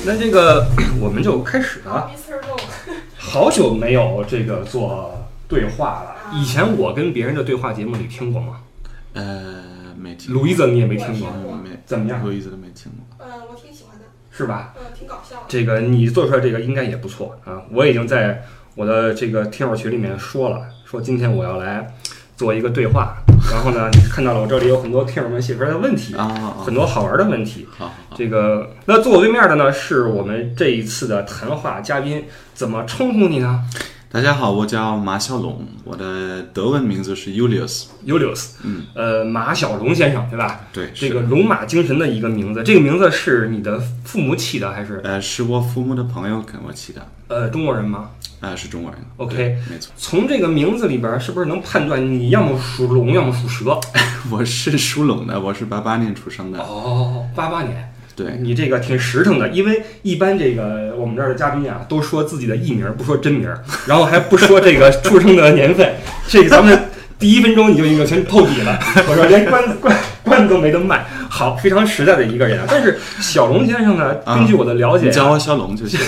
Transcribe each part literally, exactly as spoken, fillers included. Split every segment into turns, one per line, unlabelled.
那这个我们就开始了。好久没有这个做对话了。以前我跟别人的对话节目你听过吗？
呃，没听。
路易斯你也没听过，
没
怎么样？
路易斯都没听过。
呃，我挺喜欢的。
是吧？
呃，挺搞笑的。
这个你做出来这个应该也不错啊！我已经在我的这个听友群里面说了，说今天我要来做一个对话。然后呢，你看到了我这里有很多听友们写出来的问题
啊，
很多好玩的问题。
好，
这个那坐我对面的呢，是我们这一次的谈话嘉宾，怎么称呼你呢？
大家好，我叫马小龙，我的德文名字是 Julius。Julius，
嗯，呃，马小龙先生，对吧？
对，
这个龙马精神的一个名字。这个名字是你的父母起的还是？
呃，是我父母的朋友跟我起的。
呃，中国人吗？
呃，是中国人。
OK，
没错。
从这个名字里边，是不是能判断你要么属龙，要么属蛇？
我是属龙的，我是八八年出生的。
哦，八八年。
对，
你这个挺实诚的，因为一般这个我们这儿的嘉宾啊，都说自己的艺名，不说真名，然后还不说这个出生的年份。这个咱们第一分钟你就一个全透底了，我说连关子关关子都没得卖。好，非常实在的一个人啊。但是小龙先生呢，根据我的了解、啊，
你叫我小龙就行。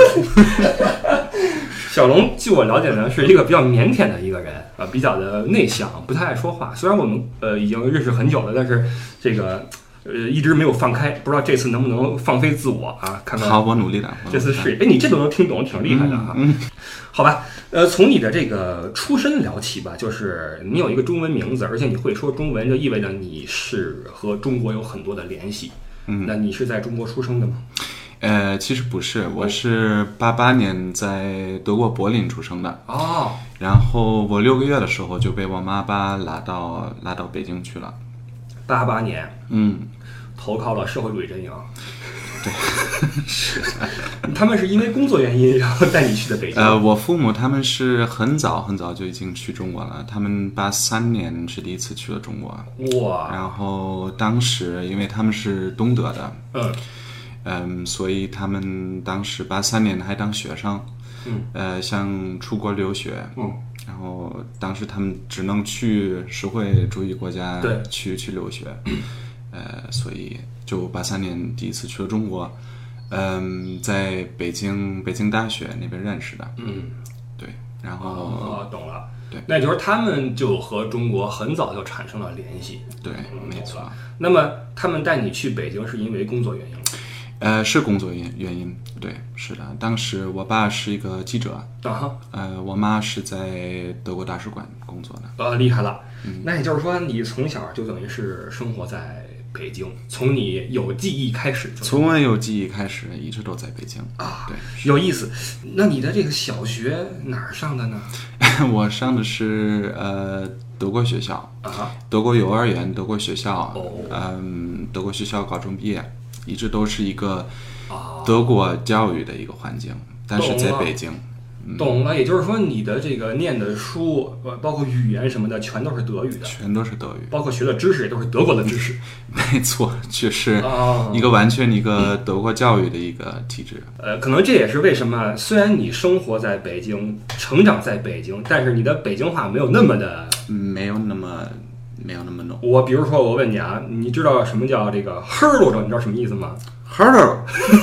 小龙，据我了解呢，是一个比较腼腆的一个人啊，比较的内向，不太爱说话。虽然我们呃已经认识很久了，但是这个。呃，一直没有放开，不知道这次能不能放飞自我啊？看看。
好，我努力了。
这次是，哎，你这都能听懂，挺厉害的哈。
嗯，
好吧，呃，从你的这个出身聊起吧，就是你有一个中文名字，而且你会说中文，就意味着你是和中国有很多的联系。
嗯，
那你是在中国出生的吗？
呃，其实不是，我是八八年在德国柏林出生的。
哦。
然后我六个月的时候就被我妈爸拉到拉到北京去了。
八八年，
嗯，
投靠了社会主义阵营。
对，是。
他们是因为工作原因，然后带你去的北京。
呃，我父母他们是很早很早就已经去中国了，他们八三年是第一次去了中国。
哇！
然后当时因为他们是东德的，
嗯
嗯，所以他们当时八三年还当学生，
嗯，
呃，想出国留学，
嗯。
然后当时他们只能去社会主义国家去去留学，呃，所以就八三年第一次去了中国，嗯，在北京北京大学那边认识的，
嗯，
对，然后
哦，懂了，
对，
那就是他们就和中国很早就产生了联系，
对，没错。
那么他们带你去北京是因为工作原因吗？
呃，是工作原原因，对，是的。当时我爸是一个记者，
啊哈，
呃，我妈是在德国大使馆工作的。
呃，厉害了。
嗯，
那也就是说，你从小就等于是生活在北京，从你有记忆开始就。
从我有记忆开始，一直都在北京
啊。
对，
有意思。那你的这个小学哪儿上的呢？
我上的是呃德国学校
啊，
德国幼儿园、德国学校，
哦，
嗯，德国学校高中毕业。一直都是一个德国教育的一个环境，但是在北京，
嗯、懂了。也就是说，你的这个念的书，包括语言什么的，全都是德语的，
全都是德语，
包括学的知识也都是德国的知识。
没错，就是一个完全一个德国教育的一个体制。
呃，可能这也是为什么，虽然你生活在北京，成长在北京，但是你的北京话没有那么的，
没有那么。没有那么浓。
我比如说，我问你啊，你知道什么叫这个 hurdle 着？你知道什么意思吗
？hurdle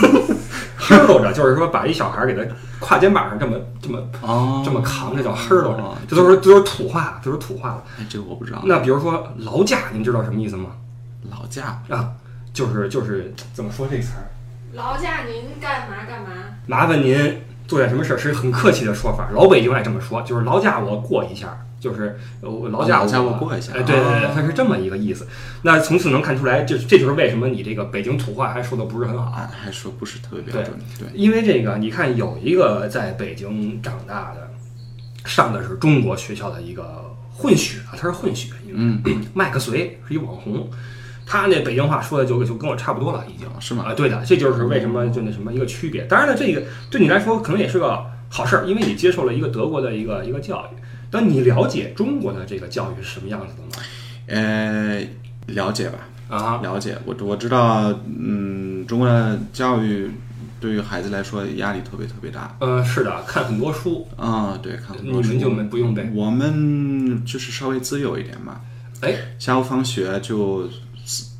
hurdle 着就是说把一小孩给他挎肩膀上这么这么、
哦、
这么扛，这叫 hurdle 着。这都是这都是土话，这都是土话了。
哎，这个我不知道。
那比如说劳驾，您知道什么意思吗？
劳驾
啊，就是就是怎么说这词儿？
劳驾您干嘛干嘛？
麻烦您做点什么事儿，是很客气的说法。老北京爱这么说，就是劳驾我过一下。就是我劳驾我，
我过一下，
哎，对对对，它是这么一个意思。那从此能看出来，就这就是为什么你这个北京土话还说的不是很好，
还说不是特别标准。对，
因为这个，你看有一个在北京长大的，上的是中国学校的一个混血啊，他是混血，
嗯，
麦克隋是一网红，他那北京话说的就就跟我差不多了，已经
是吗？
啊，对的，这就是为什么就那什么一个区别。当然了，这个对你来说可能也是个好事儿，因为你接受了一个德国的一个一个教育。但你了解中国的这个教育是什么样子的吗？
呃，了解吧，
啊，
了解。我我知道，嗯，中国的教育对于孩子来说压力特别特别大。
呃，是的，看很多书
啊、嗯，对，看很多书。
你们就没不用背，
我们就是稍微自由一点嘛。
哎，
下午放学就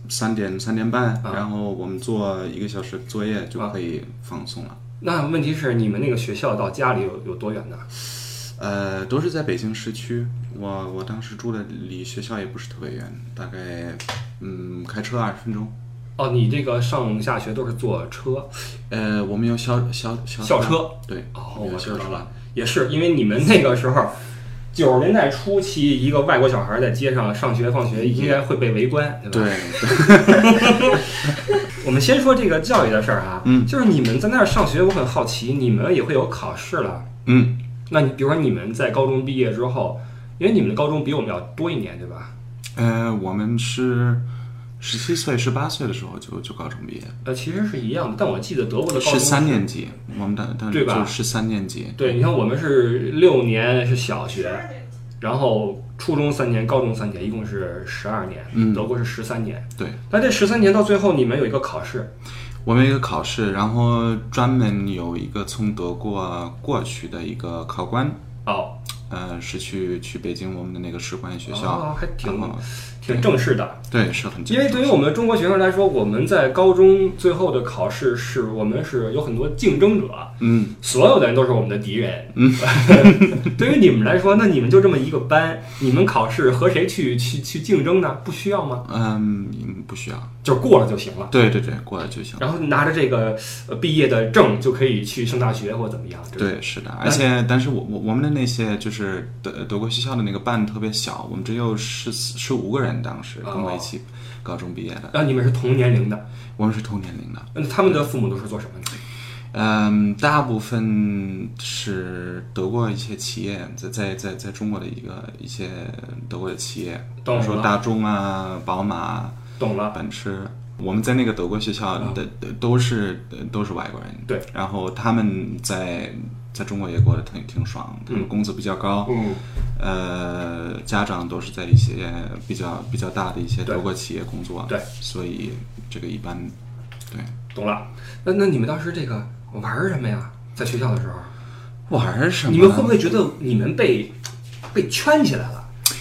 三点三点半、
啊，
然后我们做一个小时作业就可以放松了。啊、
那问题是你们那个学校到家里有有多远呢？
呃，都是在北京市区。我我当时住的离学校也不是特别远，大概嗯开车二十分钟。
哦，你这个上下学都是坐车？
呃，我们有校校校
校车。
对，
哦，我知道了，也是因为你们那个时候九十年代初期，一个外国小孩在街上上学放学，应该会被围观，对吧？
对。
我们先说这个教育的事儿哈，
嗯，
就是你们在那儿上学，我很好奇，你们也会有考试了，
嗯，
那你比如说你们在高中毕业之后，因为你们的高中比我们要多一年，对吧？
呃，我们是十七岁、十八岁的时候就就高中毕业。
呃，其实是一样的，但我记得德国的高中
是三年级，我们的
对吧？
就是三年级。
对，你看我们是六年是小学，然后初中三年，高中三年，一共是十二年。
嗯，
德国是十三年。
对，
那这十三年到最后，你们有一个考试。
我们有一个考试，然后专门有一个从德国过去的一个考官。
哦。
呃，是去去北京我们的那个使馆学校，
哦，还挺挺正式的。
对，是很正式。
因为对于我们中国学生来说，我们在高中最后的考试是我们是有很多竞争者，
嗯，
所有的人都是我们的敌人，
嗯。
对于你们来说，那你们就这么一个班，你们考试和谁去去去竞争呢？不需要吗？
嗯，不需要，
就是过了就行了。
对对对，过了就行。
然后拿着这个呃毕业的证就可以去上大学或怎么样？
对，是的。而且，但是我我我们的那些就是德德国学校的那个班特别小，我们只有十十五个人，当时跟我一起高中毕业的。
然后你们是同年龄的？
我们是同年龄的。
那他们的父母都是做什么的？
嗯，大部分是德国一些企业，在在在在中国的一个一些德国的企业，比如说大众啊、宝马、
懂了、
奔驰。我们在那个德国学校的、嗯、都是都是外国人，
对。
然后他们在在中国也过得挺挺爽，他们工资比较高，
嗯，
呃，家长都是在一些比较比较大的一些德国企业工作，
对，
所以这个一般，对，
懂了。那那你们当时这个玩什么呀？在学校的时候
玩什么？
你们会不会觉得你们被被圈起来了？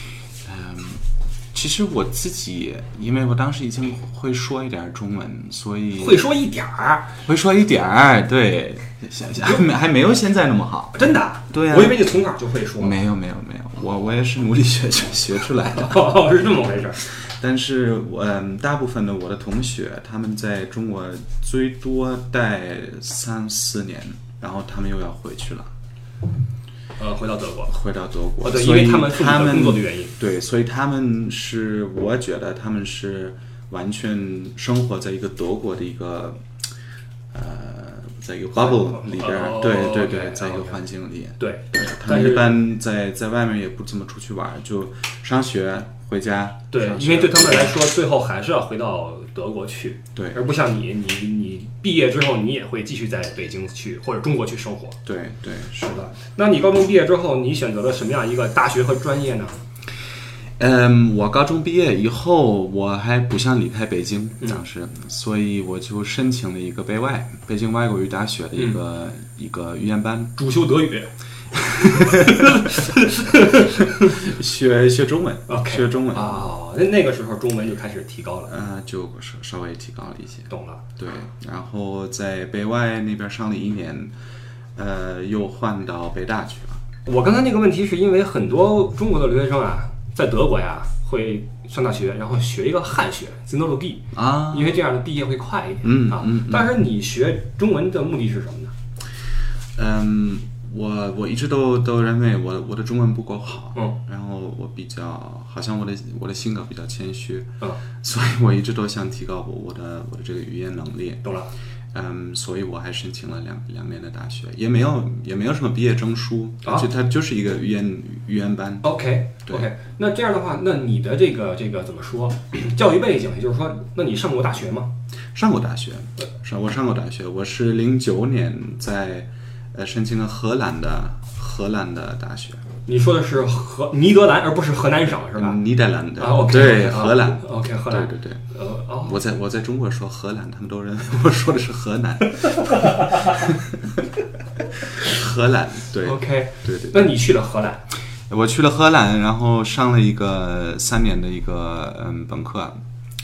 其实我自己，因为我当时已经会说一点中文，所以
会说一点儿，
会说一点儿，对，想想还没还没有现在那么好，
真的，
对啊，
我以为你从小就会说，
没有没有没有，我我也是努力学学出来的，
哦，是这么回事。
但是我、嗯、大部分的我的同学，他们在中国最多待三四年，然后他们又要回去了。
呃，回到德国，
回到德国，
哦，对，因为他们父母的工作的原因，
对，所以他们是，我觉得他们是完全生活在一个德国的一个，呃，在一个 bubble 里边，
哦、
对对对，
okay,
在一个环境里，
okay, 对，
他们一般在在外面也不怎么出去玩，就上学回家，
对，因为对他们来说，最后还是要回到德国去，
对，
而不像你，你你毕业之后，你也会继续在北京去或者中国去生活。
对对，是
的。那你高中毕业之后，你选择了什么样一个大学和专业呢？
嗯，我高中毕业以后，我还不想离开北京，当时、嗯，所以我就申请了一个北外，北京外国语大学的一个、嗯、一个语言班，
主修德语。
学学中文，
okay,
学中文
哦，那那个时候中文就开始提高了，
呃，就稍稍微提高了一些，
懂了。
对，然后在北外那边上了一年，呃，又换到北大去了。
我刚才那个问题是因为很多中国的留学生啊，在德国呀会上大学，然后学一个汉学 Sinology
啊，
因为这样的毕业会快一点，
嗯
啊。
嗯嗯、
但是你学中文的目的是什么呢？
嗯。我我一直都都认为我我的中文不够好，
嗯，
然后我比较好像我的我的性格比较谦虚，
嗯，
所以我一直都想提高我我的我的这个语言能力，
懂了，
嗯，所以我还申请了两两年的大学，也没有也没有什么毕业证书，
啊，
就它就是一个语言语言班。
OK OK， 那这样的话，那你的这个这个怎么说？教育背景，也就是说，那你上过大学吗？
上过大学，上我上过大学，我是零九年在。呃，申请了荷兰的荷兰的大学。
你说的是荷尼德兰，而不是河南省是吧？
嗯、尼德兰的，
啊 okay,
对，
okay,
荷兰。
OK， 荷兰。
对对对。
呃哦。
我在我在中国说荷兰，他们都认为我说的是河南。荷兰，对。
OK，
对 对, 对。
那你去了荷兰？
我去了荷兰，然后上了一个三年的一个嗯本科，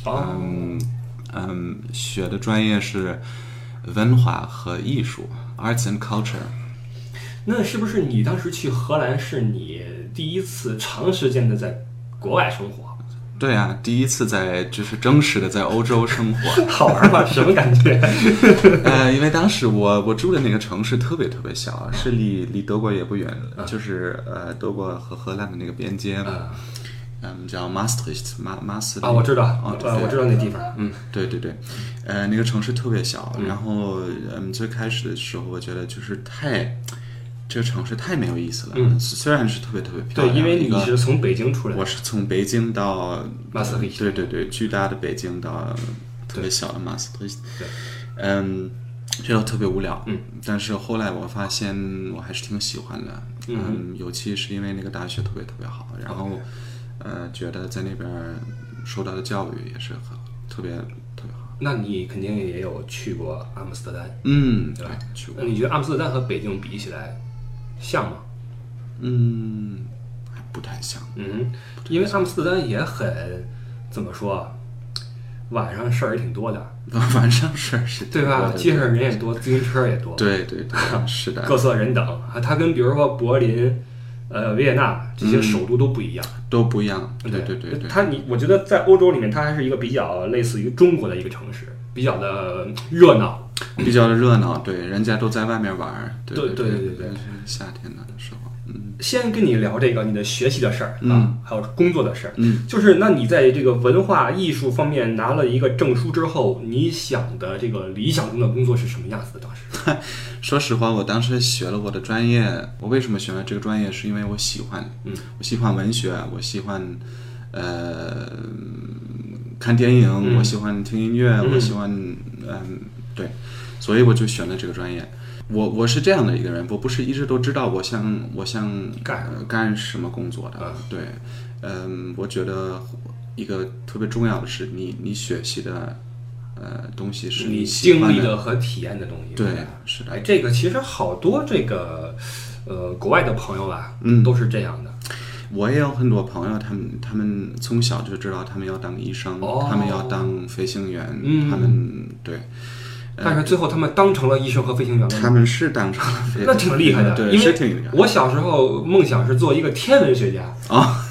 哦、嗯嗯，学的专业是文化和艺术 ，Arts and Culture。
那是不是你当时去荷兰是你第一次长时间的在国外生活？
对啊，第一次在就是正式的在欧洲生活。
好玩吗？什么感觉？
呃，因为当时我我住的那个城市特别特别小，是离离德国也不远，嗯、就是呃德国和荷兰的那个边界。嗯嗯，叫 Maastricht 马马斯
啊，我知道，
哦，
呃，我知道那地方，嗯，
对对对，呃，那个城市特别小，嗯、然后嗯，最开始的时候我觉得就是太，这个城市太没有意思了，嗯，虽然是特别特别漂亮，
对，因为你是从北京出来的，
我是从北京到
马斯特，
对对对，巨大的北京到特别小的马斯特，
对，
嗯，觉得特别无聊，
嗯，
但是后来我发现我还是挺喜欢的，嗯，嗯尤其是因为那个大学特别特别好，然后。Okay.呃，觉得在那边受到的教育也是很特别特别好。
那你肯定也有去过阿姆斯特丹，
嗯，
对吧？
去过。
那你觉得阿姆斯特丹和北京比起来像吗？
嗯，还不太像。
嗯，因为阿姆斯特丹也很怎么说，晚上事儿也挺多的。
晚上事儿是
对吧？街上人也多，自行车也多。
对对对，是的。
各色人等啊，它跟比如说柏林。呃，维也纳这些首都都不一样，
嗯、都不一样。对
对
对对对，
它你我觉得在欧洲里面，它还是一个比较类似于中国的一个城市，比较的热闹，
比较的热闹。对，人家都在外面玩。对
对
对
对对对，
夏天的时候。嗯，
先跟你聊这个你的学习的事儿啊，
嗯、
还有工作的事儿。
嗯，
就是那你在这个文化艺术方面拿了一个证书之后，你想的这个理想中的工作是什么样子的？当时，
说实话，我当时学了我的专业，我为什么选了这个专业？是因为我喜欢，
嗯，
我喜欢文学，我喜欢呃看电影，
嗯、
我喜欢听音乐，
嗯、
我喜欢嗯、呃、对，所以我就选了这个专业。我我是这样的一个人，我不是一直都知道我想我想
干、
呃、干什么工作的。
嗯、
对，嗯，我觉得一个特别重要的是你你学习的呃东西是
你
喜欢的
经历的和体验的东西。
对，是的。
哎，这个其实好多这个呃国外的朋友吧，
嗯，
都是这样的。
我也有很多朋友，他们他们从小就知道他们要当医生，
哦、
他们要当飞行员，
嗯、
他们对。
但是最后他们当成了医生和飞行员了。
他们是当成了飞行员，
那挺厉害的，
对，
因为
是挺厉害的。
我小时候梦想是做一个天文学家
啊，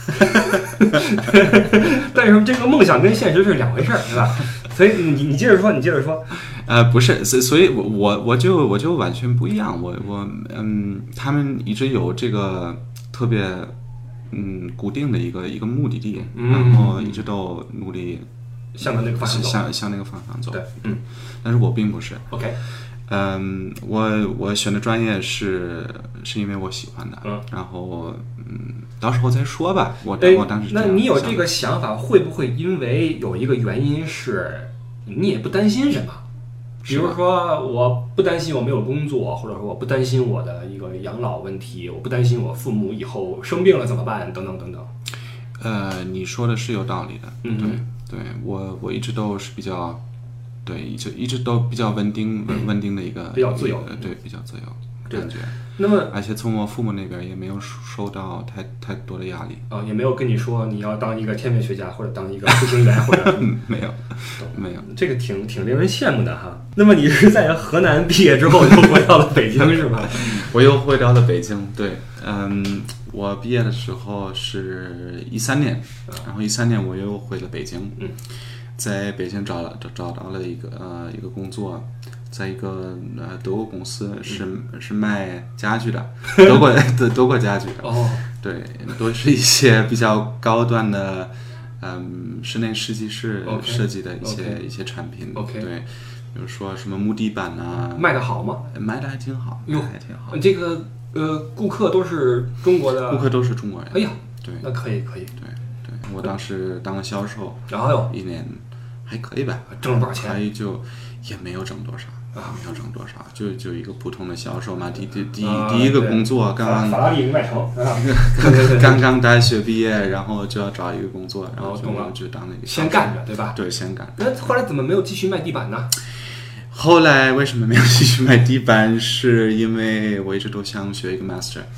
但是这个梦想跟现实是两回事儿，对吧？所以你你接着说，你接着说。
呃，不是，所所以我，我我就我就完全不一样。我我嗯，他们一直有这个特别嗯固定的一个一个目的地，
嗯、
然后一直都努力。
向着那个方向走，
向向那个方向走。
对，嗯，
但是我并不是。
OK，
嗯，我我选的专业是是因为我喜欢的，
嗯，
然后嗯，到时候再说吧。我我当时
那你有这个想法，会不会因为有一个原因是你也不担心什么？比如说，我不担心我没有工作，或者说我不担心我的一个养老问题，我不担心我父母以后生病了怎么办，等等等等。
呃，你说的是有道理的，
嗯、
对。对我，我一直都是比较，对，就一直都比较稳定、稳稳定的一个，
比较自由，
对，比较自由感觉。
那么，
而且从我父母那边也没有受到太太多的压力
啊、哦，也没有跟你说你要当一个天文学家或者当一个飞行员或者
没有，没有，
这个挺挺令人羡慕的哈。那么你是在河南毕业之后又回到了北京是吗？
我又回到了北京，对，嗯。我毕业的时候是一三年，然后一三年我又回了北京，
嗯，
在北京找了找找到了一个呃一个工作，在一个呃德国公司是、嗯、是卖家具的，德国的德国家具的，
哦，
对，都是一些比较高端的，嗯，室内设计师设计的一些、
okay,
一些产品
，OK，
对，比如说什么木地板啊，
卖得好吗？
卖的还挺好，卖的还挺好，
这个。呃，顾客都是中国的，
顾客都是中国人。
哎呀，
对，
那可以可以。
对对，我当时当了销售，
然后
一年还可以吧，
挣了多少钱？
还就也没有挣多少啊，没有挣多少，就就一个普通的销售嘛，第第第第一个工作，刚刚
法拉利卖成，
刚刚大学毕业，然后就要找一个工作，然后就就当那个
先干着，对吧？
对，先干。
那后来怎么没有继续卖地板呢？
后来为什么没有继续卖地板？是因为我一直都想学一个 master，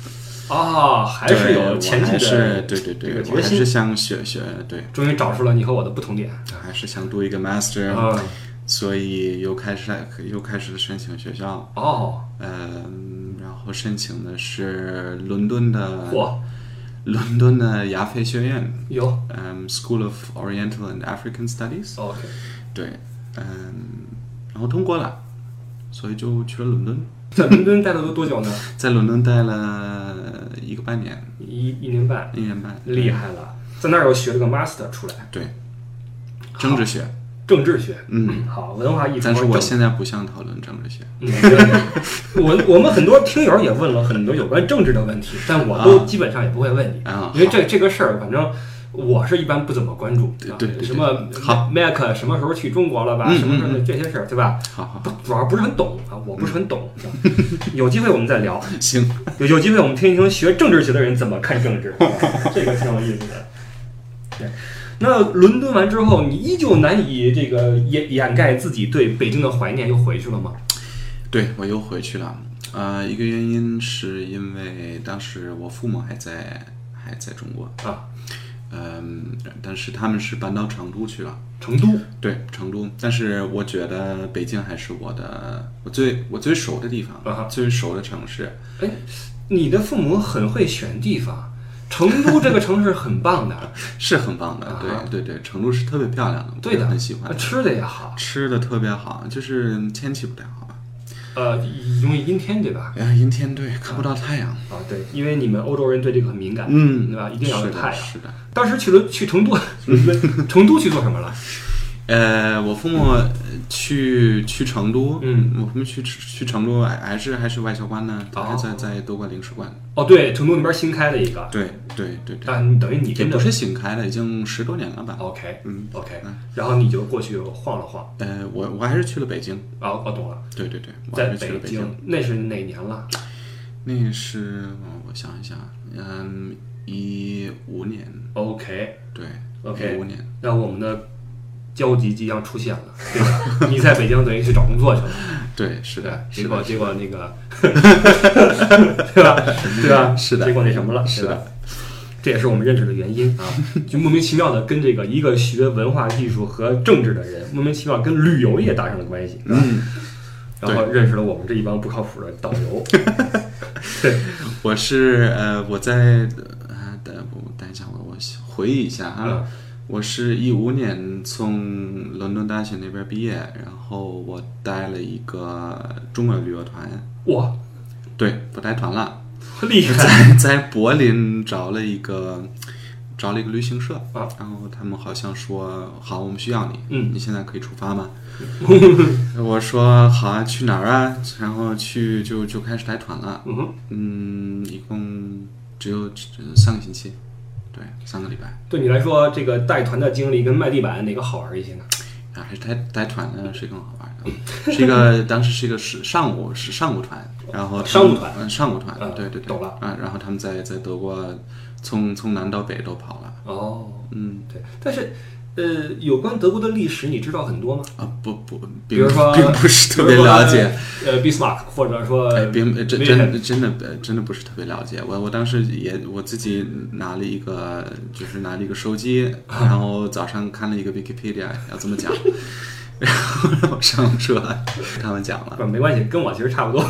哦，还是有前进的
对对对，
这个决心，
我还是想学学，对，
终于找出了你和我的不同点，
还是想读一个 master，、
嗯、
所以又开始又开始申请学校。
哦，
嗯，然后申请的是伦敦的，
嚯，
伦敦的亚非学院，
有，
嗯 ，School of Oriental and African Studies。OK， 对，嗯，然后通过了，所以就去了伦敦。
在伦敦待了多久呢？
在伦敦待了一个半年，
一一年半，
一年半，
厉害了。在那儿又学了个 master 出来，
对，政治学，
政治学，
嗯，
好，文化艺术。
但是我现在不想讨论政治学。
嗯，我我们很多听友也问了很多有关政治的问题，但我都基本上也不会问你，
啊、
因为这这个事儿，反正。我是一般不怎么关注，
对对对，
什么 Mac 什么时候去中国了吧？
嗯、
什么时候这些事儿，对吧？
好好好，
主要不是很懂啊，我不是很懂。嗯、有机会我们再聊。
行，
有有机会我们听一听学政治学的人怎么看政治，这个挺有意思的。对，那伦敦完之后，你依旧难以这个掩掩盖自己对北京的怀念，又回去了吗？
对，我又回去了。呃，一个原因是因为当时我父母还在还在中国
啊。
嗯，但是他们是搬到成都去了。
成都，
对，成都。但是我觉得北京还是我的我最我最熟的地方，
啊、
最熟的城市。
哎，你的父母很会选地方，成都这个城市很棒的，
是很棒的。对、啊、对对，成都是特别漂亮的，
对的，
很喜欢。
吃的也好，
吃的特别好，就是天气不太好。
呃，容易阴天对吧？
啊，阴天对，看不到太阳
啊。对，因为你们欧洲人对这个很敏感，
嗯，
对吧？一定要有太阳。
是的。
当时去了去成都，成都去做什么了？
呃，我父母去去成都，
嗯，
我父母去去成都，还是还是外交官呢，
哦、
还在在德国领事馆。
哦，对，成都那边新开了一个。
对对对对。
啊，等于你
也不是新开的，已经十多年了吧
？OK，
嗯
，OK，嗯，然后你就过去晃了晃。
呃，我我还是去了北京。
哦，我懂了。
对对对，
在
北
京，那是哪年了？
那是我想一想，嗯，一五年。
OK，
对
，OK，
一五年。
那我们的交集即将出现了，对吧？你在北京等于去找工作去了。
对，是的。
结果结果那个，对吧？对吧？
是的。
结果那什么了？
是的。
这也是我们认识的原因啊，就莫名其妙的跟这个一个学文化艺术和政治的人，莫名其妙跟旅游业搭上了关系，
嗯，
然后认识了我们这一帮不靠谱的导游。对，
我是呃，我在啊，等我等一下，我我回忆一下啊，
嗯、
我是一五年从伦敦大学那边毕业，然后我带了一个中国旅游团，
哇，
对，我带团了。
厉害，
在在柏林找了一个找了一个旅行社
啊，
然后他们好像说好，我们需要你，
嗯，
你现在可以出发吗？我说好啊，去哪儿啊？然后去就就开始带团了，
嗯
嗯，一共只有三个星期，对，三个礼拜。
对你来说，这个带团的经历跟卖地板哪个好玩一些呢？
啊，还是带带团的是更好玩的，是一个当时是一个是上午是上午团，然后
商务团，
嗯，商务团，
嗯、
对对对，
懂了
啊，然后他们在在德国从从南到北都跑了。
哦，
嗯，
对，但是呃，有关德国的历史你知道很多吗？
啊，不不，
比如说
并不是特别了解，
呃 ，Bismarck 或者说，
哎，并真真真的真的不是特别了解。我我当时也我自己拿了一个，就是拿了一个手机，然后早上看了一个 Wikipedia 要怎么讲。然后上车，他们讲了，
没关系，跟我其实差不多。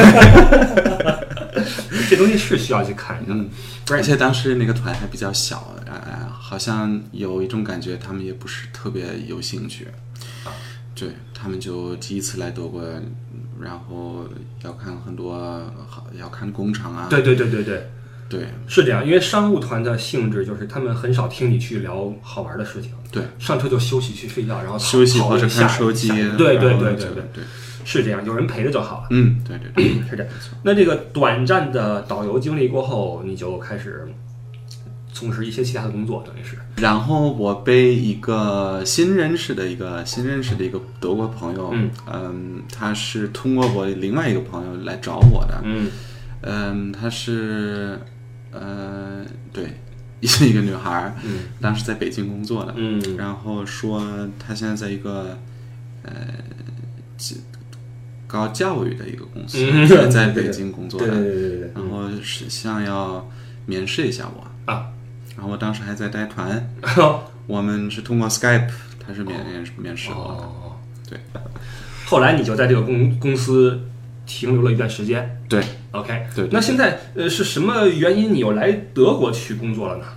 这东西是需要去看的，
嗯，而且当时那个团还比较小，呃，好像有一种感觉，他们也不是特别有兴趣。
啊，
对，他们就第一次来德国，然后要看很多，要看工厂啊。
对对对对对。
对，
是这样，因为商务团的性质就是他们很少听你去聊好玩的事情，
对，
上车就休息去睡觉，然后
休息或者看手机，
对对对对对
对，
是这样，有人陪着就好了。
嗯，对对对，
是这样。那这个短暂的导游经历过后，你就开始从事一些其他的工作，等于是。
然后我被一个新认识的一个新认识的一个德国朋友，
嗯
嗯，他是通过我另外一个朋友来找我的，
嗯
嗯，他是。呃，对，一个女孩，
嗯，
当时在北京工作的，
嗯，
然后说她现在在一个呃搞教育的一个公司，
嗯、
在在北京工作的，
对对对对对，
然后是想要面试一下我
啊，
然后我当时还在带团，我们是通过 Skype， 他是面面面试我的，
哦、
对。
后来你就在这个公公司停留了一段时间，
对
，OK，
对, 对。
那现在呃是什么原因你又来德国去工作了呢？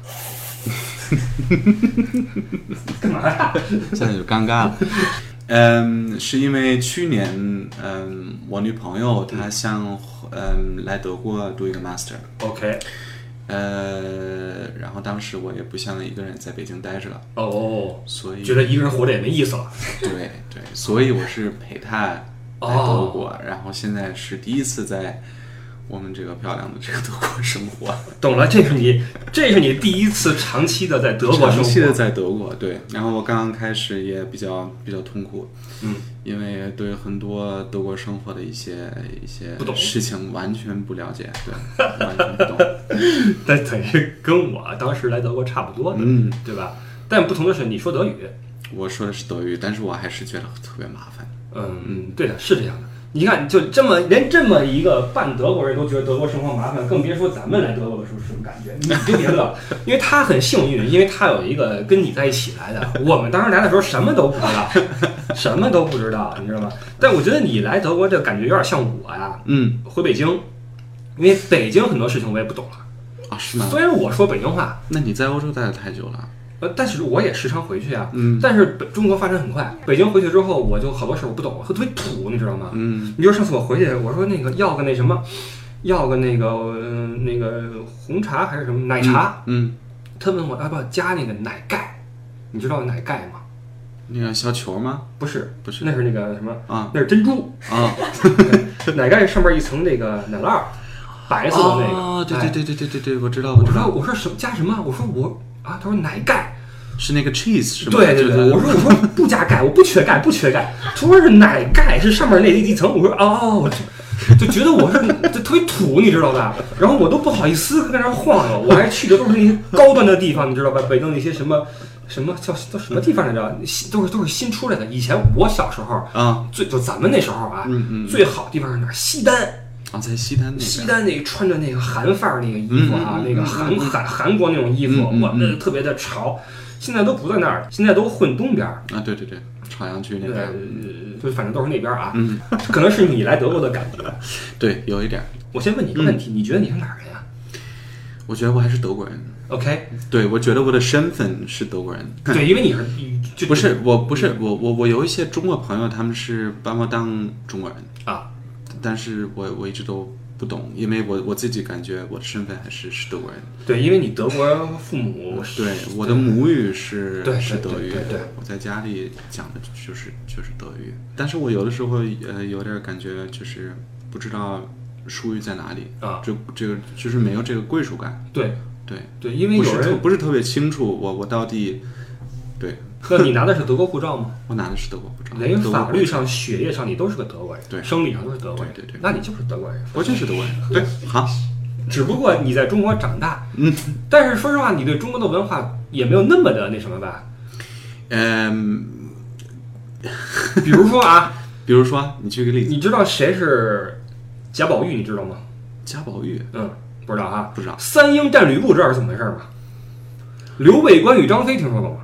干嘛呀？
现在就尴尬了。嗯，是因为去年，嗯，我女朋友她想，嗯，来德国读一个 master。OK。呃，然后当时我也不想一个人在北京待着了。
哦。
所以
觉得一个人活着也没意思了。
对对，所以我是陪她来德国，哦、然后现在是第一次在我们这个漂亮的这个德国生活。
懂了，这是你，这是你第一次长期的在德国生活。
长期的在德国，对。然后我刚刚开始也比较比较痛苦，
嗯，
因为对很多德国生活的一些一些事情完全不了解，对，完全不懂。
但等于跟我当时来德国差不多的，
嗯，
对吧？但不同的是，你说德语，
我说的是德语，但是我还是觉得特别麻烦。
嗯嗯，对的，是这样的。你看，就这么连这么一个半德国人都觉得德国生活麻烦，更别说咱们来德国的时候是什么感觉。你就别乐，因为他很幸运，因为他有一个跟你在一起来的。我们当时来的时候什么都不知道，什么都不知道，你知道吗？但我觉得你来德国这感觉有点像我呀。
嗯，
回北京，因为北京很多事情我也不懂了
啊，是吗？
虽然我说北京话，
那你在欧洲待了太久了。
呃，但是我也时常回去啊。
嗯，
但是北中国发展很快，北京回去之后，我就好多事我不懂，特别土，你知道吗？
嗯，
你比如上次我回去，我说那个要个那什么，要个那个、呃、那个红茶还是什么奶茶，
嗯，嗯
他问我要不要加那个奶盖，你知道奶盖吗？
那个小球吗？
不是，
不是，
那是那个什么
啊？
那是珍珠
啊。
奶盖上面一层那个奶酪，白色的那个。
哦，对对对对对对对，我知道，我知道。
我说我说什么加什么？我说我啊，他说奶盖。
是那个 cheese 是吗？
对对对，我说我说不加钙，我不缺钙，不缺钙。他说是奶盖，是上面那一层。我说哦，我就就觉得我是就特别土，你知道吧？然后我都不好意思跟那晃悠，我还去的都是那些高端的地方，你知道吧？北京那些什么什么叫叫什么地方来着？都是都是新出来的。以前我小时候
啊，
最就咱们那时候啊，
嗯嗯，
最好的地方是哪儿？西单。
啊，在西单那个，
西单那个穿着那个韩范儿那个衣服啊，
嗯嗯嗯、
那个韩韩韩国那种衣服，
嗯嗯嗯、
哇，那特别的潮。现在都不在那儿，现在都混东边
啊，对对对，朝阳区那边，
呃，就反正都是那边啊。
嗯，
可能是你来德国的感觉。
对，有一点。
我先问你一个问题，嗯、你觉得你是哪儿人啊？
我觉得我还是德国人。
OK。
对，我觉得我的身份是德国人。
对，因为你是就
不是我不是我我我有一些中国朋友，他们是把我当中国人
啊，
但是我我一直都不懂，因为我我自己感觉我的身份还是是德国人。
对，因为你德国父母，
对，我的母语是
对
是德语，
对 对, 对, 对，
我在家里讲的就是就是德语，但是我有的时候呃有点感觉就是不知道属于在哪里
啊，
这这个就是没有这个归属感。
对
对
对，因为有人
不是不是特别清楚我我到底对。
那你拿的是德国护照吗？
我拿的是德国护照，
连法律上、血液上你都是个德国人，
对，
生理上都是德国人，
对对对，
那你就是德国人，
我就是德国人，对，好。
只不过你在中国长大，
嗯，
但是说实话，你对中国的文化也没有那么的那什么吧？
嗯，
比如说啊，
比如说，你举个例子，
你知道谁是贾宝玉？你知道吗？
贾宝玉，
嗯，不知道啊，
不知道。
三英战吕布知道是怎么回事吗？刘备、关羽、张飞听说过吗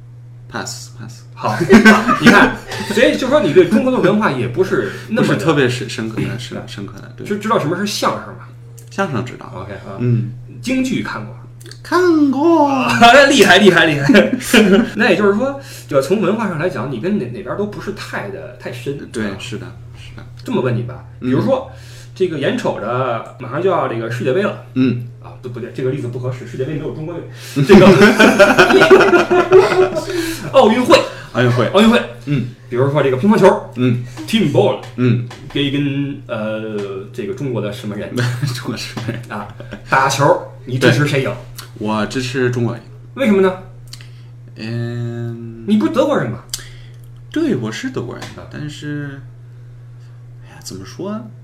？Pass pass。
好，你看，所以就说你对中国的文化也不是那么
不是特别深深刻的，是深刻的。对，
知知道什么是相声吗？
相声知道。
OK 啊，
嗯，
京剧看过。
看过，
厉害厉害厉害！那也就是说，就从文化上来讲，你跟哪哪边都不是太的太深。
对，是的，是的。
这么问你吧，比如说，嗯、这个眼瞅着马上就要这个世界杯了，
嗯，
啊，不不对，这个例子不合适，世界杯没有中国队。这个奥运会，
奥运会，
奥运会，
嗯，
比如说这个乒乓球，
嗯
，team ball，
嗯，
给跟呃这个中国的什么人，
中国什么人
啊，打球，你支持谁赢？
我支持中国人，
为什么呢？
嗯，
你不是德国人吗？
对，我是德国人，但是，哎呀，怎么说？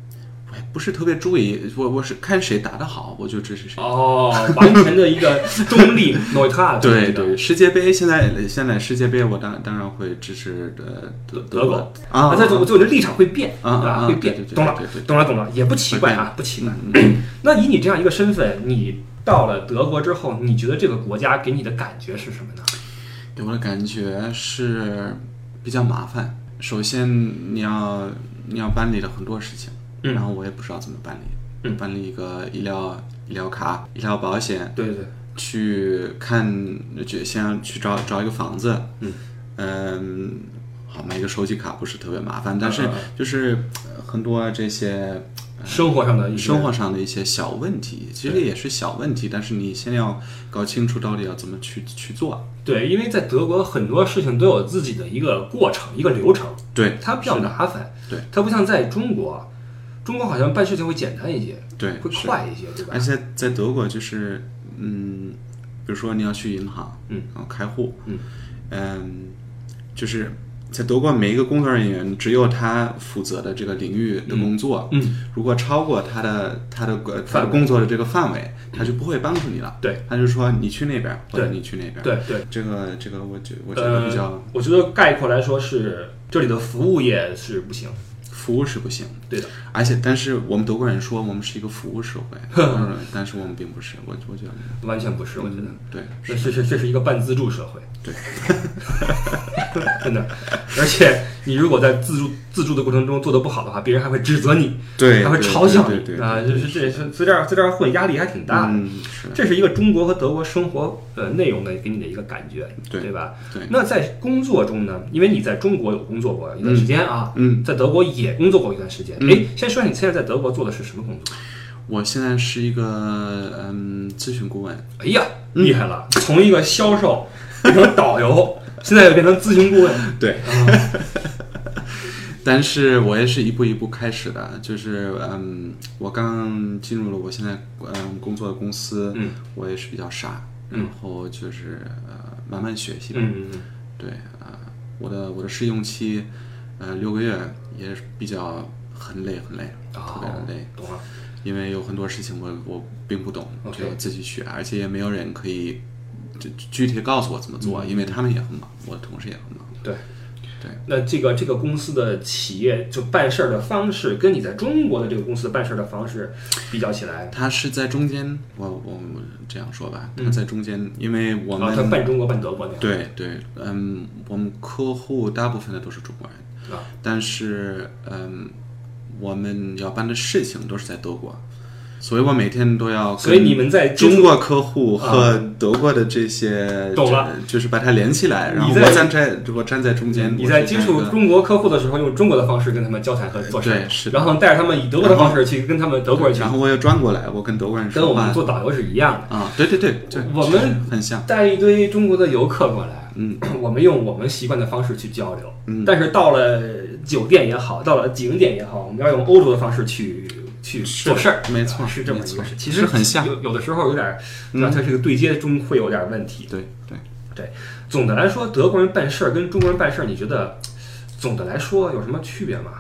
我也不是特别注意，我我是看谁打得好，我就支持谁。
哦，完全的一个中立 neutral。
对对，世界杯现在现在世界杯，我当当然会支持的德
德国
啊，
他就就立场会变
啊啊，
会变，懂了懂了懂了，也不奇怪啊，不奇怪。那以你这样一个身份，你到了德国之后，你觉得这个国家给你的感觉是什么呢？
给我的感觉是比较麻烦。首先，你要你要办理了很多事情，
嗯、
然后我也不知道怎么办理。
嗯，
办理一个医疗医疗卡、医疗保险，
对对，
去看就先去找找一个房子，
嗯
嗯，好买一个手机卡不是特别麻烦，但是就是很多这些。
生活上的一些
生活上的一些小问题，其实也是小问题，但是你先要搞清楚到底要怎么去去做。
对，因为在德国很多事情都有自己的一个过程、一个流程，
对，
它比较麻烦。
对，
它不像在中国，中国好像办事情会简单一些，
对，
会快一些，对吧？
而且在德国就是，嗯，比如说你要去银行，
嗯，
然后开户，
嗯，
嗯，就是。在德国，每一个工作人员只有他负责的这个领域的工作，
嗯，嗯
如果超过他的他的他的工作的这个范围，他就不会帮助你了。
对，
他就说你去那边，或者你去那边。
对对，
这个这个我觉我觉得比较、
呃，我觉得概括来说是这里的服务业是不行。
服务是不行，
对的，
而且但是我们德国人说我们是一个服务社会，嗯、但是我们并不是，我我觉得
完全不是，我觉得、
嗯、对，
这是是这是一个半自助社会，
对，
真的，而且你如果在自助自助的过程中做得不好的话，别人还会指责你，
对，
还会嘲笑
你
啊，就是这是在这儿在这儿混压力还挺大的，
嗯，是，
这是一个中国和德国生活呃内容的给你的一个感觉，
对
对吧？
对，
那在工作中呢，因为你在中国有工作过一段时间啊，
嗯，
在德国也工作过一段时间，哎、嗯，先说你现在在德国做的是什么工作？
我现在是一个嗯咨询顾问。
哎呀，厉害了，嗯、从一个销售变成导游，现在又变成咨询顾问。
对，嗯、但是我也是一步一步开始的，就是嗯，我刚进入了我现在嗯工作的公司，
嗯，
我也是比较傻，然后就是呃慢慢学习吧。
嗯嗯嗯，
对啊、呃，我的我的试用期呃六个月也比较很累很累，
哦、
特别的累，
懂了。
因为有很多事情我我并不懂，就要自己学，而且也没有人可以就具体告诉我怎么做，
嗯、
因为他们也很忙，我的同事也很忙。
对，
对。
那这个这个公司的企业就办事儿的方式，跟你在中国的这个公司办事儿的方式比较起来，
它是在中间。我我我这样说吧，它在中间，嗯、因为我们
啊，它办中国办德国那样。
对对，嗯，我们客户大部分的都是中国人，
啊，
但是嗯。我们要办的事情都是在德国，所以我每天都要。
所以你们在
中国客户和德国的这些，
懂了，
就是把它连起来。然后我站在我站在中间。
你在接触中国客户的时候，用中国的方式跟他们交谈和做事，
对，是。
然后带着他们以德国的方式去跟他们德国人去。
然后我又转过来，我跟德国人说
话。跟我们做导游是一样的
啊，对对对，
我们
很像。
带一堆中国的游客过来，
嗯，
我们用我们习惯的方式去交流，
嗯，
但是到了酒店也好，到了景点也好，我们要用欧洲的方式去去做事儿，
没错，
是这么一个事。其
实很像，
有有的时候有点，那它这个对接中会有点问题。
对对
对，总的来说，德国人办事儿跟中国人办事儿，你觉得总的来说有什么区别吗？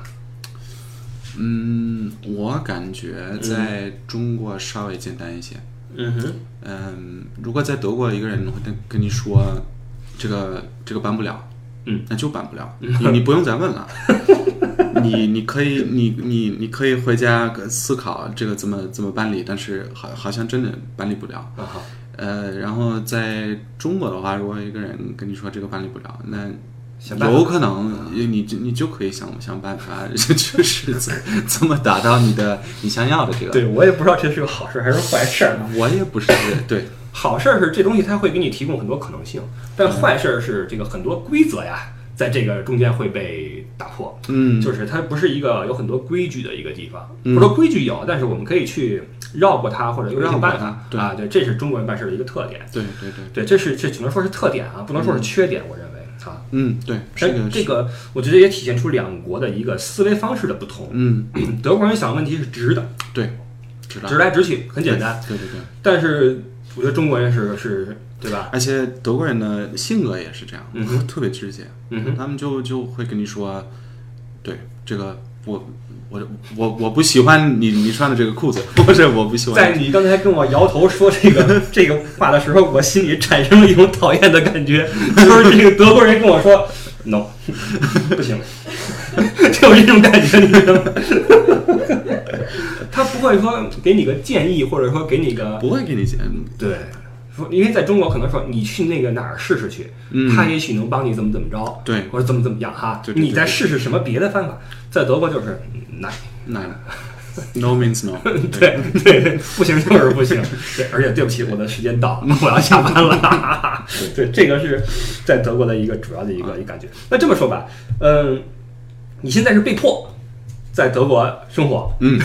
嗯，我感觉在中国稍微简单一些。
嗯哼，
嗯，如果在德国一个人会跟跟你说这个这个办不了，
嗯，
那就办不了，你你不用再问了。你你可以你你你可以回家思考这个怎么怎么办理，但是好好像真的办理不了。
啊好，
呃，然后在中国的话，如果一个人跟你说这个办理不了，那有可能你你就可以想想办法，就是怎怎么达到你的你想要的这个。
对，我也不知道这是个好事还是坏事。
我也不是对。
好事是这东西它会给你提供很多可能性，但坏事是这个很多规则呀。在这个中间会被打破，
嗯，
就是它不是一个有很多规矩的一个地方，
嗯、
或者说规矩有，但是我们可以去绕过它，或者有一些办法，
对
啊，对，这是中国人办事的一个特点，
对对对
对，这是这只能说是特点啊，不能说是缺点，嗯、我认为啊，
嗯，对，这个
这个我觉得也体现出两国的一个思维方式的不同，
嗯，
德国人想问题是直的，
对，直的，
直来直去，很简单，
对对对，
但是我觉得中国人是是。对吧？
而且德国人的性格也是这样，
嗯、
特别直接，
嗯、
他们就就会跟你说，对这个我我我我不喜欢你你穿的这个裤子，或者我不喜欢。
在你刚才跟我摇头说这个这个话的时候，我心里产生了一种讨厌的感觉，就是这个德国人跟我说 no 不行，就有这种感觉，你知道吗？他不会说给你个建议，或者说给你个
不会给你建议，
对。因为在中国可能说你去那个哪儿试试去，
嗯、
他也许能帮你怎么怎么着，
对，
或者怎么怎么样哈。
对对对对，
你再试试什么别的方法，在德国就是难
难 ，no means no
对。对对对，不行就是不行。对，而且对不起，我的时间到了，我要下班了。对，这个是在德国的一个主要的一个一个感觉。那这么说吧，嗯，你现在是被迫在德国生活，
嗯。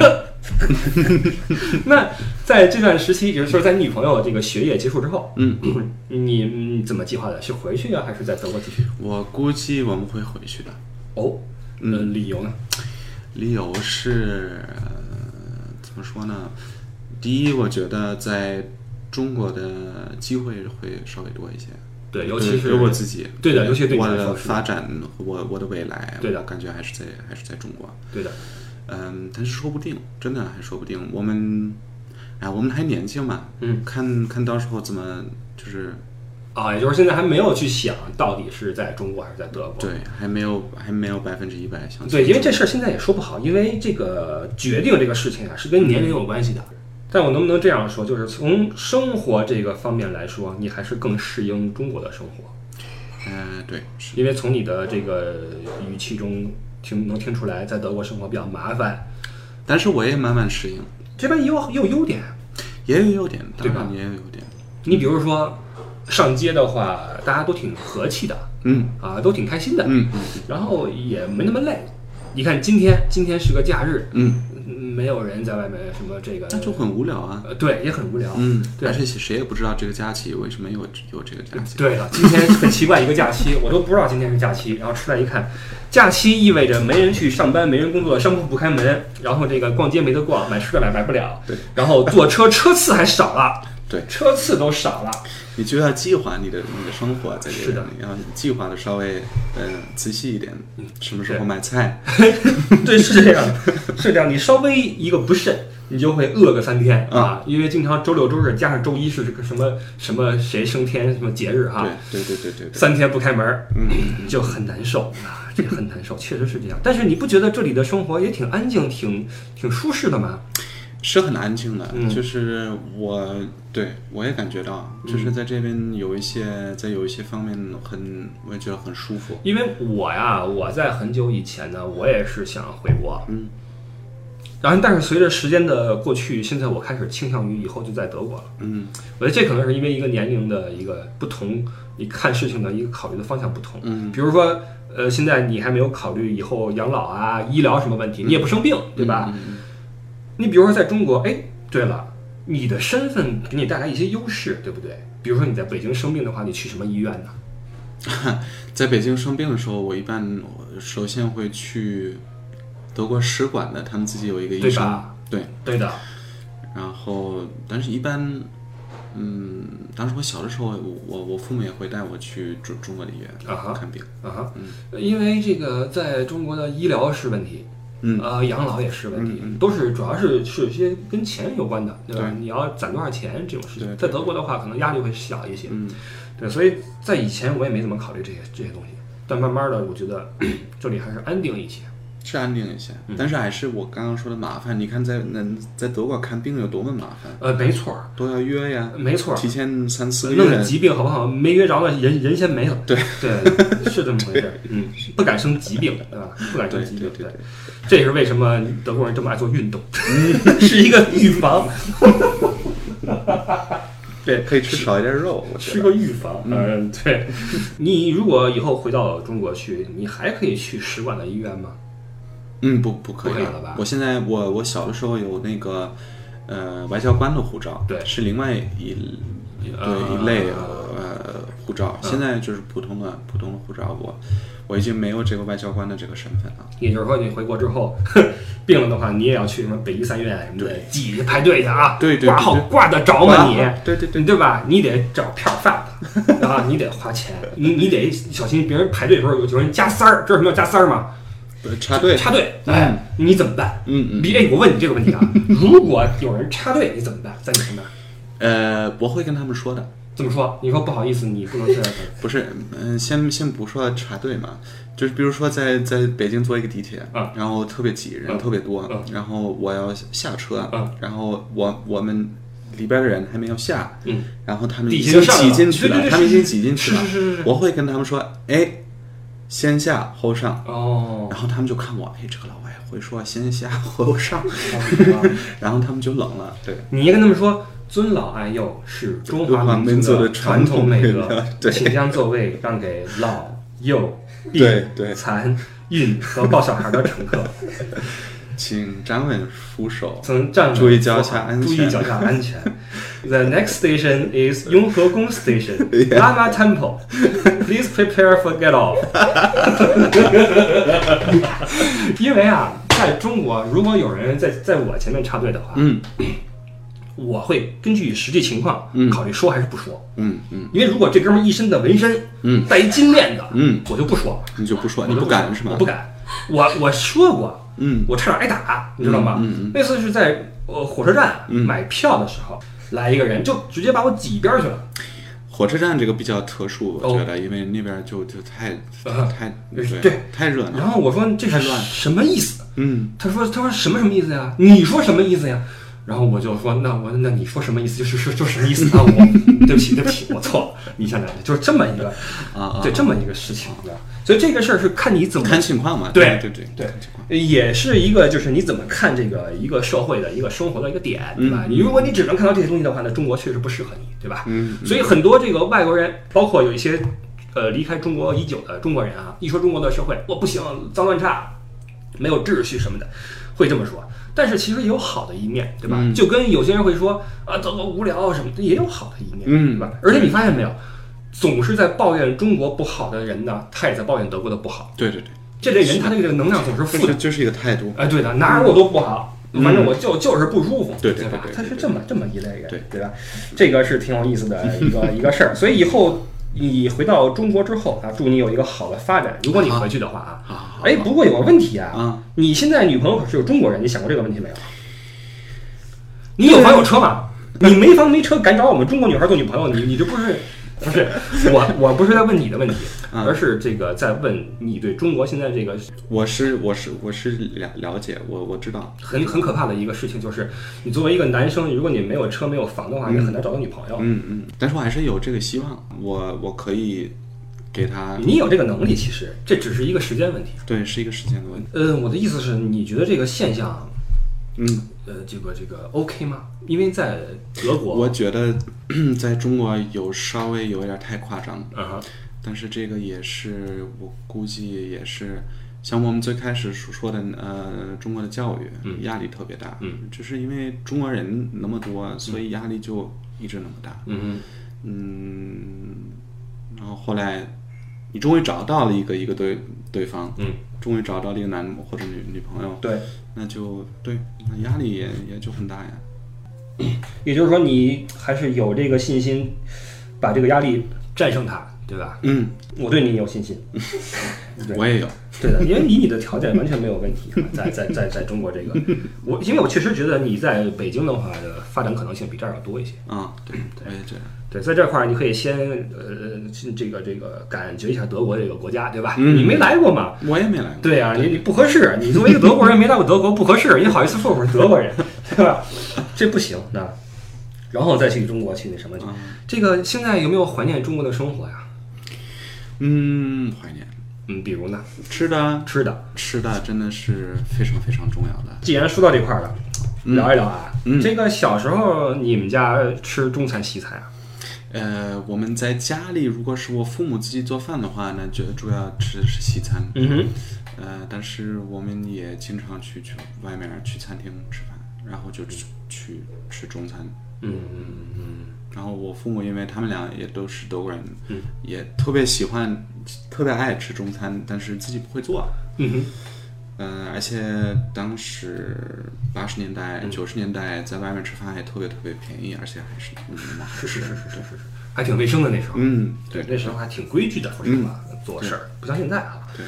那在这段时期，比如说在你女朋友这个学业结束之后，
嗯，
你你怎么计划的？是回去啊，还是在德国继续？
我估计我们会回去的。
哦，嗯，理由呢？
理由是、呃、怎么说呢？第一，我觉得在中国的机会会稍微多一些。
对，尤其是
对我自己，
对的，尤其对
我的发展和我我的未来，
对的，
我感觉还是在还是在中国。
对的。
嗯，但是说不定，真的还说不定。我们，哎，我们还年轻嘛，
嗯，
看看到时候怎么就是
啊，也就是现在还没有去想到底是在中国还是在德国，
对，还没有还没有百分之一百相信。
对，因为这事儿现在也说不好，因为这个决定这个事情啊是跟年龄有关系的。嗯、但我能不能这样说，就是从生活这个方面来说，你还是更适应中国的生活。
嗯、呃，对，
因为从你的这个语气中。听能听出来，在德国生活比较麻烦，
但是我也慢慢适应。
这边也有也有优点，
也有优点，
对吧？
也有优点。
你比如说上街的话，大家都挺和气的，
嗯
啊，都挺开心的，
嗯，
然后也没那么累。你看今天，今天是个假日，
嗯，
没有人在外面什么这个，
那就很无聊啊。
呃，对，也很无聊，
嗯，
对，
而且谁也不知道这个假期为什么有有这个假期。
对了，今天很奇怪一个假期，我都不知道今天是假期，然后出来一看。假期意味着没人去上班，没人工作，商铺不开门，然后这个逛街没得逛，买吃的买买不了，
对，
然后坐车车次还少了，
对，
车次都少了，
你就要计划你的你的生活，在这
是的，
你要计划的稍微呃仔细一点，什么时候买菜，
对，是这样，是这样，你稍微一个不慎。你就会饿个三天啊，因为经常周六周日加上周一是这个什么什么谁升天什么节日哈，
对对对对对，
三天不开门，
嗯，
就很难受啊，这很难受，确实是这样。但是你不觉得这里的生活也挺安静、挺挺舒适的吗？
是很安静的，
嗯、
就是我对我也感觉到，就是在这边有一些，在有一些方面很，我也觉得很舒服。
因为我呀，我在很久以前呢，我也是想回国，
嗯。
然后，但是随着时间的过去，现在我开始倾向于以后就在德国了。
嗯，
我觉得这可能是因为一个年龄的一个不同，你看事情的一个考虑的方向不同。
嗯，
比如说，呃，现在你还没有考虑以后养老啊、医疗什么问题，你也不生病，对吧？
嗯嗯嗯、
你比如说在中国，哎，对了，你的身份给你带来一些优势，对不对？比如说你在北京生病的话，你去什么医院呢？
在北京生病的时候，我一般首先会去。德国使馆的，他们自己有一个医生，
对对的。
然后，但是一般，嗯，当时我小的时候，我我父母也会带我去中中国的医院
啊
看病
啊哈，
嗯，
因为这个在中国的医疗是问题，
嗯，
呃，养老也是问题，
嗯嗯、
都是主要是是一些跟钱有关的，对吧？
对，
你要攒多少钱这种事情，
对对对，
在德国的话，可能压力会小一些，
嗯，
对，所以在以前我也没怎么考虑这些这些东西，但慢慢的，我觉得这里还是安定一些。
是安定一些，但是还是我刚刚说的麻烦。你看在那在德国看病有多么麻烦？
呃，没错，
都要约呀，
没错，
提前三四个
月。弄个疾病好不好？没约着了，人人先没了。
对
对，是这么回事。嗯，不敢生疾病，对吧？不敢生疾病。对，这也是为什么德国人这么爱做运动，是一个预防。对，
可以吃少一点肉，我
吃个预防。嗯，对。你如果以后回到中国去，你还可以去使馆的医院吗？
嗯，不不可以
了吧？
我现在我我小的时候有那个呃外交官的护照，
对，
是另外一对、呃、一类呃护照。
嗯、
现在就是普通的普通的护照，我我已经没有这个外交官的这个身份了。
也就是说，你回国之后病了的话，你也要去什么北医三院什么的挤着排队去啊？
对对，
挂号挂得着吗你？
对对对，
对吧？你得找票贩子啊，你得花钱，你你得小心别人排队的时候有有人加塞儿，知道什么叫加塞儿吗？
插队，
插队，哎，嗯、你怎么办？
嗯嗯。
哎，我问你这个问题啊，如果有人插队，你怎么办？在你那边？
呃，我会跟他们说的。
怎么说？你说不好意思，你不能这样。
不是，嗯、呃，先先不说插队嘛，就是比如说在在北京坐一个地铁，
嗯、
然后特别挤，人特别多，
嗯、
然后我要下车，
嗯、
然后我我们里边的人还没有下，
嗯，
然后他们已经挤进去了，
对对对，
他们已经挤进去了，
是是是是，
我会跟他们说，哎，先下后上，
哦，
然后他们就看我，哎，这个老外会说先下后上，然后他们就冷了，对，
你应该跟他们说。尊老爱幼是中华
民族的
传统美德，
对，
请将座位让给老、幼、病、残、孕和抱小孩的乘客。
请站稳扶手，
请站稳
注意脚下安全。
注意脚下安全。The next station is 雍和宫 Station, Lama Temple. Please prepare for get off. 因为啊，在中国，如果有人在在我前面插队的话，
嗯。
我会根据实际情况考虑说还是不说，
嗯嗯，
因为如果这哥们一身的纹身，
嗯，
带一金链子，
嗯，
我就不说，
你就不说，
你
不敢是吗？
我不敢，我我说过，
嗯，
我差点挨打，你知道吗？
嗯嗯，
那次是在呃火车站买票的时候，来一个人就直接把我挤一边去了。
火车站这个比较特殊，我觉得，因为那边就就太太
对
太热闹。
然后我说这是什么意思？
嗯，
他说他说什么什么意思呀？你说什么意思呀？然后我就说，那我那你说什么意思？就是说就什么意思啊？我对不起对不起，我错了。你想想，就是这么一个
啊，
对这么一个事情，所以这个事儿是看你怎么
看情况嘛。
对
对对
对，也是一个就是你怎么看这个一个社会的一个生活的一个点，对吧？你如果你只能看到这些东西的话，那中国确实不适合你，对吧？
嗯。
所以很多这个外国人，包括有一些呃离开中国已久的中国人啊，一说中国的社会，我不行，脏乱差，没有秩序什么的，会这么说。但是其实也有好的一面，对吧？
嗯、
就跟有些人会说啊，德国无聊什么的，也有好的一面，
嗯，
对吧？而且你发现没有，总是在抱怨中国不好的人呢，他也在抱怨德国的不好。
对对对，
这类人他这个能量总是负的，
就是一个态度。
哎，对的，哪儿我都不好，反正我就就是不舒服，
对对
吧？他是这么这么一类人，
对
对吧？这个是挺有意思的一个一个事儿。所以以后你回到中国之后啊，祝你有一个好的发展。如果你回去的话啊，哎，不过有个问题啊，你现在女朋友可是有中国人，你想过这个问题没有？你有房有车吗？你没房没车，敢找我们中国女孩做女朋友，你你这不是不是我我不是在问你的问题，而是这个在问你对中国现在这个。
我是我是我是了了解，我我知道，
很很可怕的一个事情就是，你作为一个男生，如果你没有车没有房的话，你很难找到女朋友。
嗯嗯，但是我还是有这个希望，我我可以给他。
你有这个能力，其实这只是一个时间问题。
对，是一个时间的问题。
呃，我的意思是，你觉得这个现象？
嗯，
呃，这个这个 OK 吗？因为在德国，
我觉得在中国有稍微有点太夸张，
嗯哼，
但是这个也是我估计也是像我们最开始所说的，呃，中国的教育、嗯、压力特别大，
嗯，
就是因为中国人那么多，所以压力就一直那么大，
嗯
嗯，然后后来你终于找到了一个一个对对方，
嗯，
终于找到了一个男或者女女朋友，
对。
那就对，那压力也也就很大呀。
也就是说，你还是有这个信心，把这个压力战胜它，对吧？
嗯，
我对你有信心。
我也有。
对的，因为以你的条件完全没有问题。在在在在中国这个，我因为我确实觉得你在北京的话的发展可能性比这儿要多一些。
啊，对对，我也觉得。
对，在这块儿你可以先呃，这个这个感觉一下德国这个国家，对吧？
嗯、
你没来过嘛？
我也没来过。
对呀、啊，你你不合适。你作为一个德国人没来过德国不合适，你好意思说我是德国人，对吧？这不行，那然后再去中国去那什么去？
嗯、
这个现在有没有怀念中国的生活呀？
嗯，怀念。
嗯，比如呢？
吃的，
吃的，
吃的真的是非常非常重要的。
既然说到这块儿了，聊一聊啊。
嗯，
这个小时候你们家吃中餐西餐啊？
呃，我们在家里，如果是我父母自己做饭的话呢，就主要吃的是西餐。
嗯哼。
呃，但是我们也经常去去外面去餐厅吃饭，然后就去去吃中餐。
嗯嗯嗯。
然后我父母因为他们俩也都是德国人，
嗯，
也特别喜欢，特别爱吃中餐，但是自己不会做。
嗯哼。
嗯、呃，而且当时八十年代、九十年代在外面吃饭还特别特别便宜，而且还是那么好吃，
是是是是是是，还挺卫生的那时候。
嗯，
对，那时候还挺规矩的，说实话，做事儿不像现在啊。
对。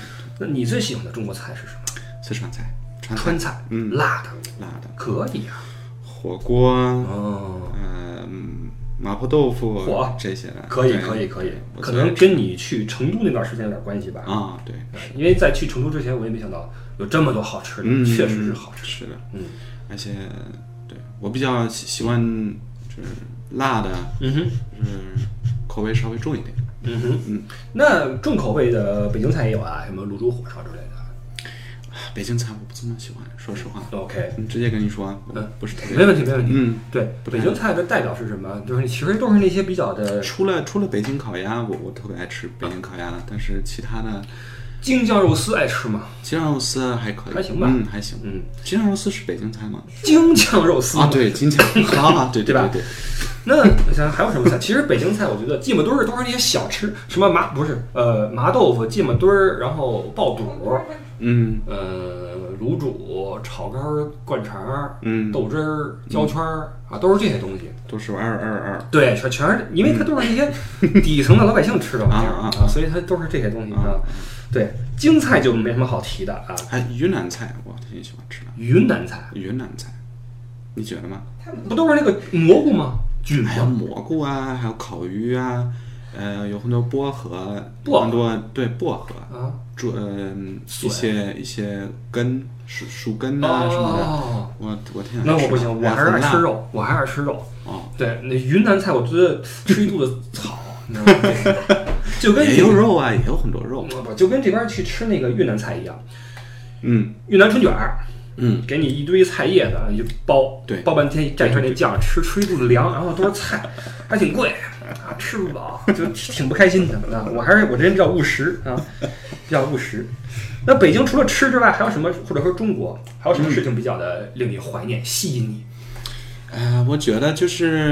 那你最喜欢的中国菜是什么？
四川菜，川菜，
川菜，
嗯，
辣的，
辣的，
可以啊。
火锅，
哦，
呃，麻婆豆腐，
火
这些的，
可以，可以，可以。可能跟你去成都那段时间有点关系吧？
啊，对，
因为在去成都之前，我也没想到有这么多好吃的，
嗯、
确实是好吃。
是的，
嗯，
而且对我比较喜喜欢就是辣的，
嗯哼，
就是口味稍微重一点。
嗯哼，嗯，那重口味的北京菜也有啊，什么卤煮、火烧之类的。
北京菜我不怎么喜欢，说实话。
OK，
直接跟你说，嗯，不是特别。
没问题，没问题。
嗯，
对，北京菜的代表是什么？就是其实都是那些比较的。
除了除了北京烤鸭，我我特别爱吃北京烤鸭，但是其他的。
京酱肉丝爱吃吗？
京酱肉丝还可以，
还行吧，
嗯，还行，嗯。京酱肉丝是北京菜吗？
京酱肉丝
啊，对，京酱，啊，对
对吧？
对。
那我想还有什么菜？其实北京菜，我觉得芥末墩儿都是那些小吃，什么麻不是呃麻豆腐、芥末墩儿，然后爆肚，
嗯，
呃卤煮、炒肝、灌肠，
嗯，
豆汁儿、焦圈儿啊，都是这些东西，
都是二二二。
对，全全是，因为它都是那些底层的老百姓吃的玩意儿
啊
啊，所以它都是这些东西啊。对，京菜就没什么好提的啊。
还云南菜我挺喜欢吃的。
云南菜，
云南菜，你觉得吗？
不都是那个蘑菇吗？菌
还有蘑菇啊，还有烤鱼啊，呃，有很多薄荷，
薄荷
很多对薄荷
啊，
主呃一些一些根树树根啊什么的。
哦，
我我挺爱吃。
那我不行，我还是爱吃肉，我还是爱吃肉。
哦，
对，那云南菜我觉得吃一肚子草，你知道吗？就跟
也有肉啊，也有很多肉，
不就跟这边去吃那个越南菜一样。
嗯，
越南春卷儿。
嗯，
给你一堆菜叶子，你就包，
对，
包半天蘸上那酱，吃吃一肚子凉，然后都是菜，还挺贵啊，吃不饱，就挺不开心的啊。我还是我这人比较务实啊，比较务实。那北京除了吃之外，还有什么？或者说中国还有什么事情比较的令你怀念、吸引你？
呃，我觉得就是，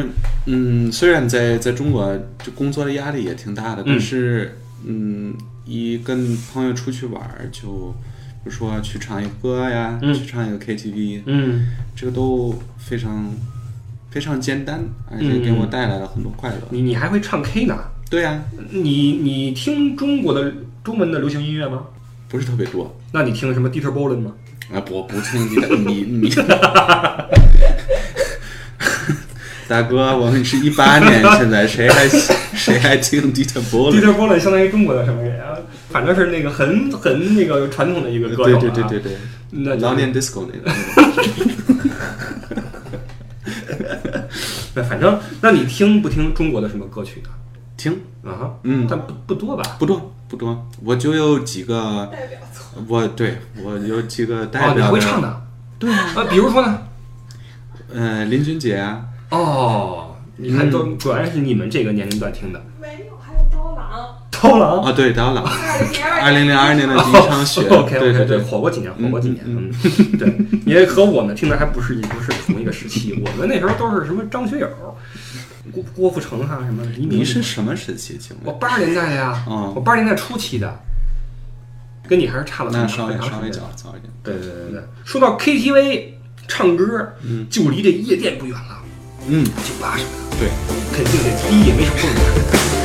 嗯，虽然在在中国就工作的压力也挺大的，但是，嗯，一跟朋友出去玩就。比如说去唱一个歌呀，
嗯、
去唱一个 K T V，
嗯，
这个都非常非常简单，而且给我带来了很多快乐。
嗯、你你还会唱 K 呢？
对呀、啊。
你你听中国的中文的流行音乐吗？
不是特别多。
那你听什么 Dieter Bohlen 吗？
啊，不不听你的，你你。大哥，我们是一八年，现在谁还谁还听 Dieter Bohlen？Dieter
Bohlen 相当于中国的什么人啊？反正是那个很很那个传统的一个歌手、啊，
对对对对对，
那
老年 disco 那个。
那反正，那你听不听中国的什么歌曲呢？
听
啊，
嗯，
但不不多吧？
不多不多，我就有几个
代表作。
我对我有几个代表的。
哦，你会唱的？
对啊。
啊，比如说呢？
呃，林俊杰啊。
哦，你看都果然是你们这个年龄段听的。
没有，还有刀郎。
刀郎
啊，对，刀郎。二零零二年的第一场雪。
OK OK
对对，
火过几年，火过几年。嗯，对，也和我们听的还不是不是同一个时期。我们那时候都是什么张学友、郭郭富城哈，什么黎明。
你是什么时期听的？
我八十年代的呀，
嗯，
我八十年代初期的，跟你还是差了
那稍微
很长
稍微
时间。
早早一点。
对对对对，说到 K T V 唱歌，
嗯，
就离这夜店不远了。
嗯，
酒吧什么的，
对，
肯定这第一也没少蹦跶。